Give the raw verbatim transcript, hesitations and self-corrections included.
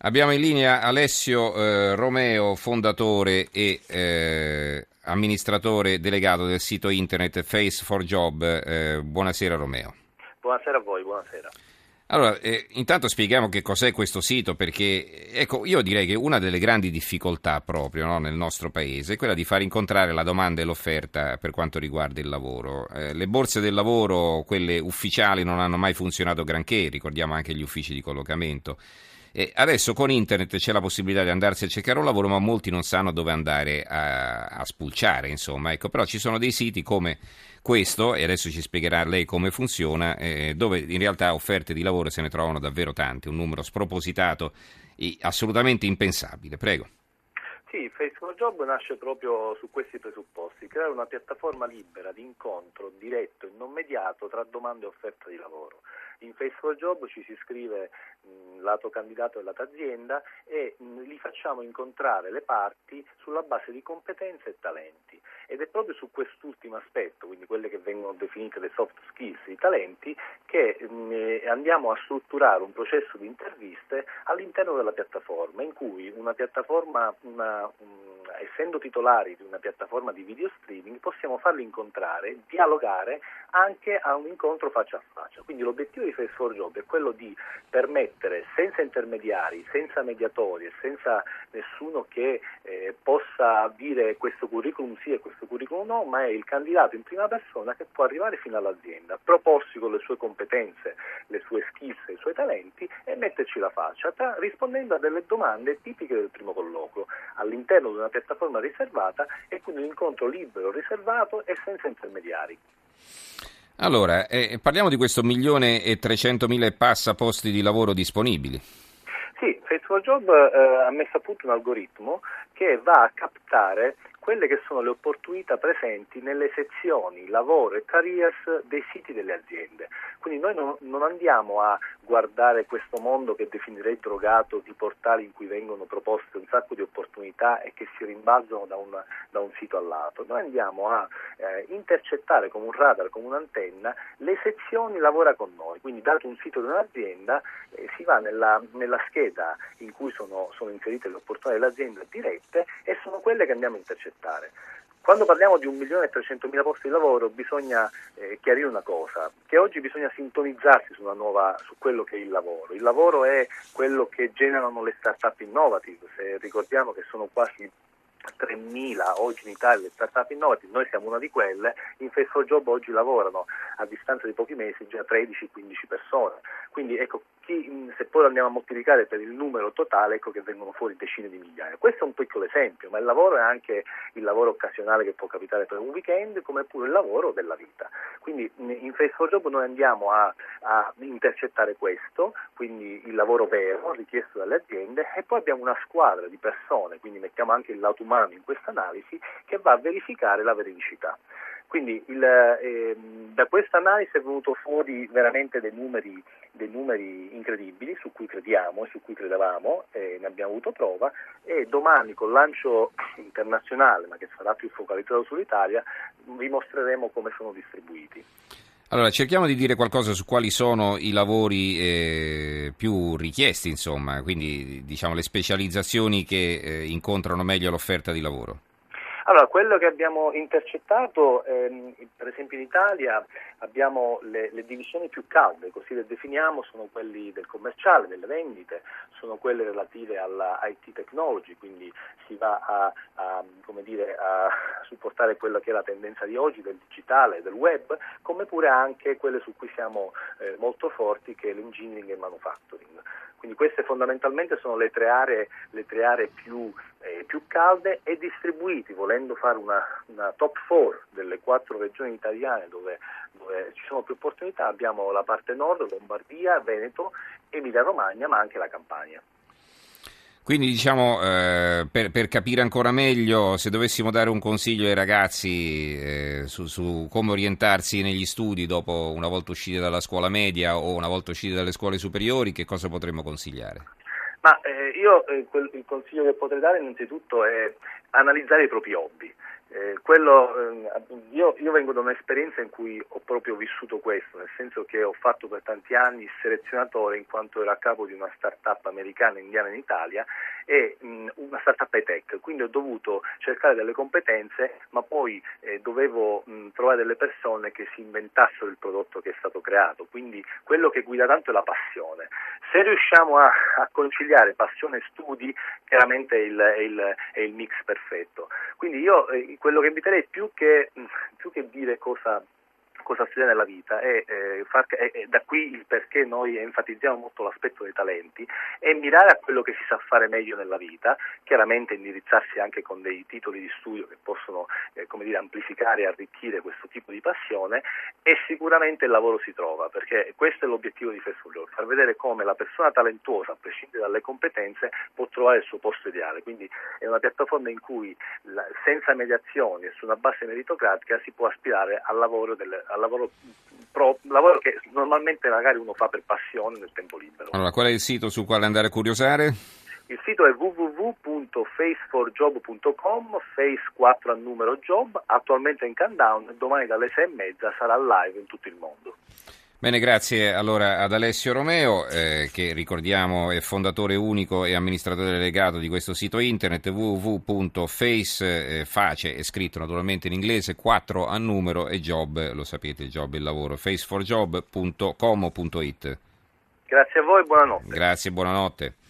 Abbiamo in linea Alessio eh, Romeo, fondatore e eh, amministratore delegato del sito internet Face for Job. Eh, buonasera Romeo. Buonasera a voi, buonasera. Allora, eh, intanto spieghiamo che cos'è questo sito, perché ecco, io direi che una delle grandi difficoltà proprio, no, nel nostro paese è quella di far incontrare la domanda e l'offerta per quanto riguarda il lavoro. Eh, le borse del lavoro, quelle ufficiali, non hanno mai funzionato granché, ricordiamo anche gli uffici di collocamento. E adesso con internet c'è la possibilità di andarsi a cercare un lavoro, ma molti non sanno dove andare a, a spulciare, insomma. Ecco, però ci sono dei siti come questo, e adesso ci spiegherà lei come funziona, eh, dove in realtà offerte di lavoro se ne trovano davvero tante, un numero spropositato e assolutamente impensabile. Prego. Sì, Face for Job nasce proprio su questi presupposti, creare una piattaforma libera di incontro diretto e non mediato tra domanda e offerta di lavoro. In Face for Job ci si iscrive mh, lato candidato e lato azienda e mh, li facciamo incontrare le parti sulla base di competenze e talenti. Ed è proprio su quest'ultimo aspetto, quindi quelle che vengono definite le soft skills, i talenti, che mh, andiamo a strutturare un processo di interviste all'interno della piattaforma, in cui una piattaforma, una, um, essendo titolari di una piattaforma di video streaming, possiamo farli incontrare, dialogare anche a un incontro faccia a faccia. Quindi l'obiettivo di Face for Job è quello di permettere, senza intermediari, senza mediatori e senza nessuno che eh, possa dire questo curriculum sì e questo curriculum no, ma è il candidato in prima persona che può arrivare fino all'azienda, proporsi con le sue competenze, le sue skills e i suoi talenti e metterci la faccia, tra, rispondendo a delle domande tipiche del primo colloquio, all'interno di una piattaforma riservata e quindi un incontro libero, riservato e senza intermediari. Allora, eh, parliamo di questo milione e trecentomila e passa posti di lavoro disponibili. Sì, Face for Job eh, ha messo a punto un algoritmo che va a captare quelle che sono le opportunità presenti nelle sezioni lavoro e careers dei siti delle aziende. Quindi noi non, non andiamo a guardare questo mondo che definirei drogato di portali in cui vengono proposte un sacco di opportunità e che si rimbalzano da, una, da un sito all'altro. Noi andiamo a eh, intercettare come un radar, come un'antenna, le sezioni lavora con noi. Quindi dato un sito di un'azienda eh, si va nella, nella scheda in cui sono, sono inserite le opportunità dell'azienda dirette e sono quelle che andiamo a intercettare. Quando parliamo di un milione e trecentomila posti di lavoro bisogna eh, chiarire una cosa, che oggi bisogna sintonizzarsi su, una nuova, su quello che è il lavoro. Il lavoro è quello che generano le start-up innovative, se ricordiamo che sono quasi tremila oggi in Italia le start-up innovative, noi siamo una di quelle. In Face for Job oggi lavorano a distanza di pochi mesi già tredici quindici persone, quindi ecco, chi, se poi lo andiamo a moltiplicare per il numero totale, ecco che vengono fuori decine di migliaia. Questo è un piccolo esempio, ma il lavoro è anche il lavoro occasionale che può capitare per un weekend, come pure il lavoro della vita. Quindi in Face for Job noi andiamo a, a intercettare questo, quindi il lavoro vero richiesto dalle aziende, e poi abbiamo una squadra di persone, quindi mettiamo anche il lato umano in questa analisi, che va a verificare la veridicità. Quindi il, eh, da questa analisi è venuto fuori veramente dei numeri, dei numeri incredibili su cui crediamo e su cui credevamo, e ne abbiamo avuto prova, e domani col lancio internazionale, ma che sarà più focalizzato sull'Italia, vi mostreremo come sono distribuiti. Allora, cerchiamo di dire qualcosa su quali sono i lavori eh, più richiesti, insomma, quindi diciamo le specializzazioni che eh, incontrano meglio l'offerta di lavoro. Allora, quello che abbiamo intercettato, ehm, per esempio in Italia abbiamo le, le divisioni più calde, così le definiamo, sono quelli del commerciale, delle vendite, sono quelle relative alla I T technology, quindi si va a, a, come dire, a supportare quella che è la tendenza di oggi del digitale, del web, come pure anche quelle su cui siamo eh, molto forti, che è l'engineering e il manufacturing. Quindi queste fondamentalmente sono le tre aree, le tre aree più, eh, più calde, e distribuiti, volendo fare una, una top four delle quattro regioni italiane dove, dove ci sono più opportunità, abbiamo la parte nord, Lombardia, Veneto, Emilia Romagna, ma anche la Campania. Quindi diciamo, eh, per, per capire ancora meglio, se dovessimo dare un consiglio ai ragazzi eh, su, su come orientarsi negli studi dopo una volta usciti dalla scuola media o una volta usciti dalle scuole superiori, che cosa potremmo consigliare? Ma eh, io eh, quel, il consiglio che potrei dare innanzitutto è analizzare i propri hobby. Eh, quello, eh, io, io vengo da un'esperienza in cui ho proprio vissuto questo, nel senso che ho fatto per tanti anni il selezionatore in quanto ero a capo di una startup americana indiana in Italia e mh, una startup high-tech, quindi ho dovuto cercare delle competenze, ma poi eh, dovevo mh, trovare delle persone che si inventassero il prodotto che è stato creato, quindi quello che guida tanto è la passione. Se riusciamo a, a conciliare passione e studi, chiaramente è il, è il, è il mix perfetto. Quindi io eh, quello che inviterei più che, più che dire cosa, cosa studiare nella vita è, eh, far, è, è da qui il perché noi enfatizziamo molto l'aspetto dei talenti, è mirare a quello che si sa fare meglio nella vita, chiaramente indirizzarsi anche con dei titoli di studio che possono eh, come dire, amplificare e arricchire questo tipo di passione, e sicuramente il lavoro si trova, perché questo è l'obiettivo di Faceful Job, far vedere come la persona talentuosa, a prescindere dalle competenze, può trovare il suo posto ideale. Quindi è una piattaforma in cui la, senza mediazioni e su una base meritocratica si può aspirare al lavoro, del, al lavoro, pro, lavoro che normalmente magari uno fa per passione nel tempo libero. Allora, qual è il sito sul quale andare a curiosare? Il sito è w w w punto face for job punto com, face quattro a numero job, attualmente in countdown, domani dalle sei e mezza sarà live in tutto il mondo. Bene, grazie allora ad Alessio Romeo, eh, che ricordiamo è fondatore unico e amministratore delegato di questo sito internet w w w punto face, eh, face, è scritto naturalmente in inglese, quattro a numero, e job, lo sapete, il job, il lavoro, face for job punto com o punto it. Grazie a voi, buonanotte. Grazie, buonanotte.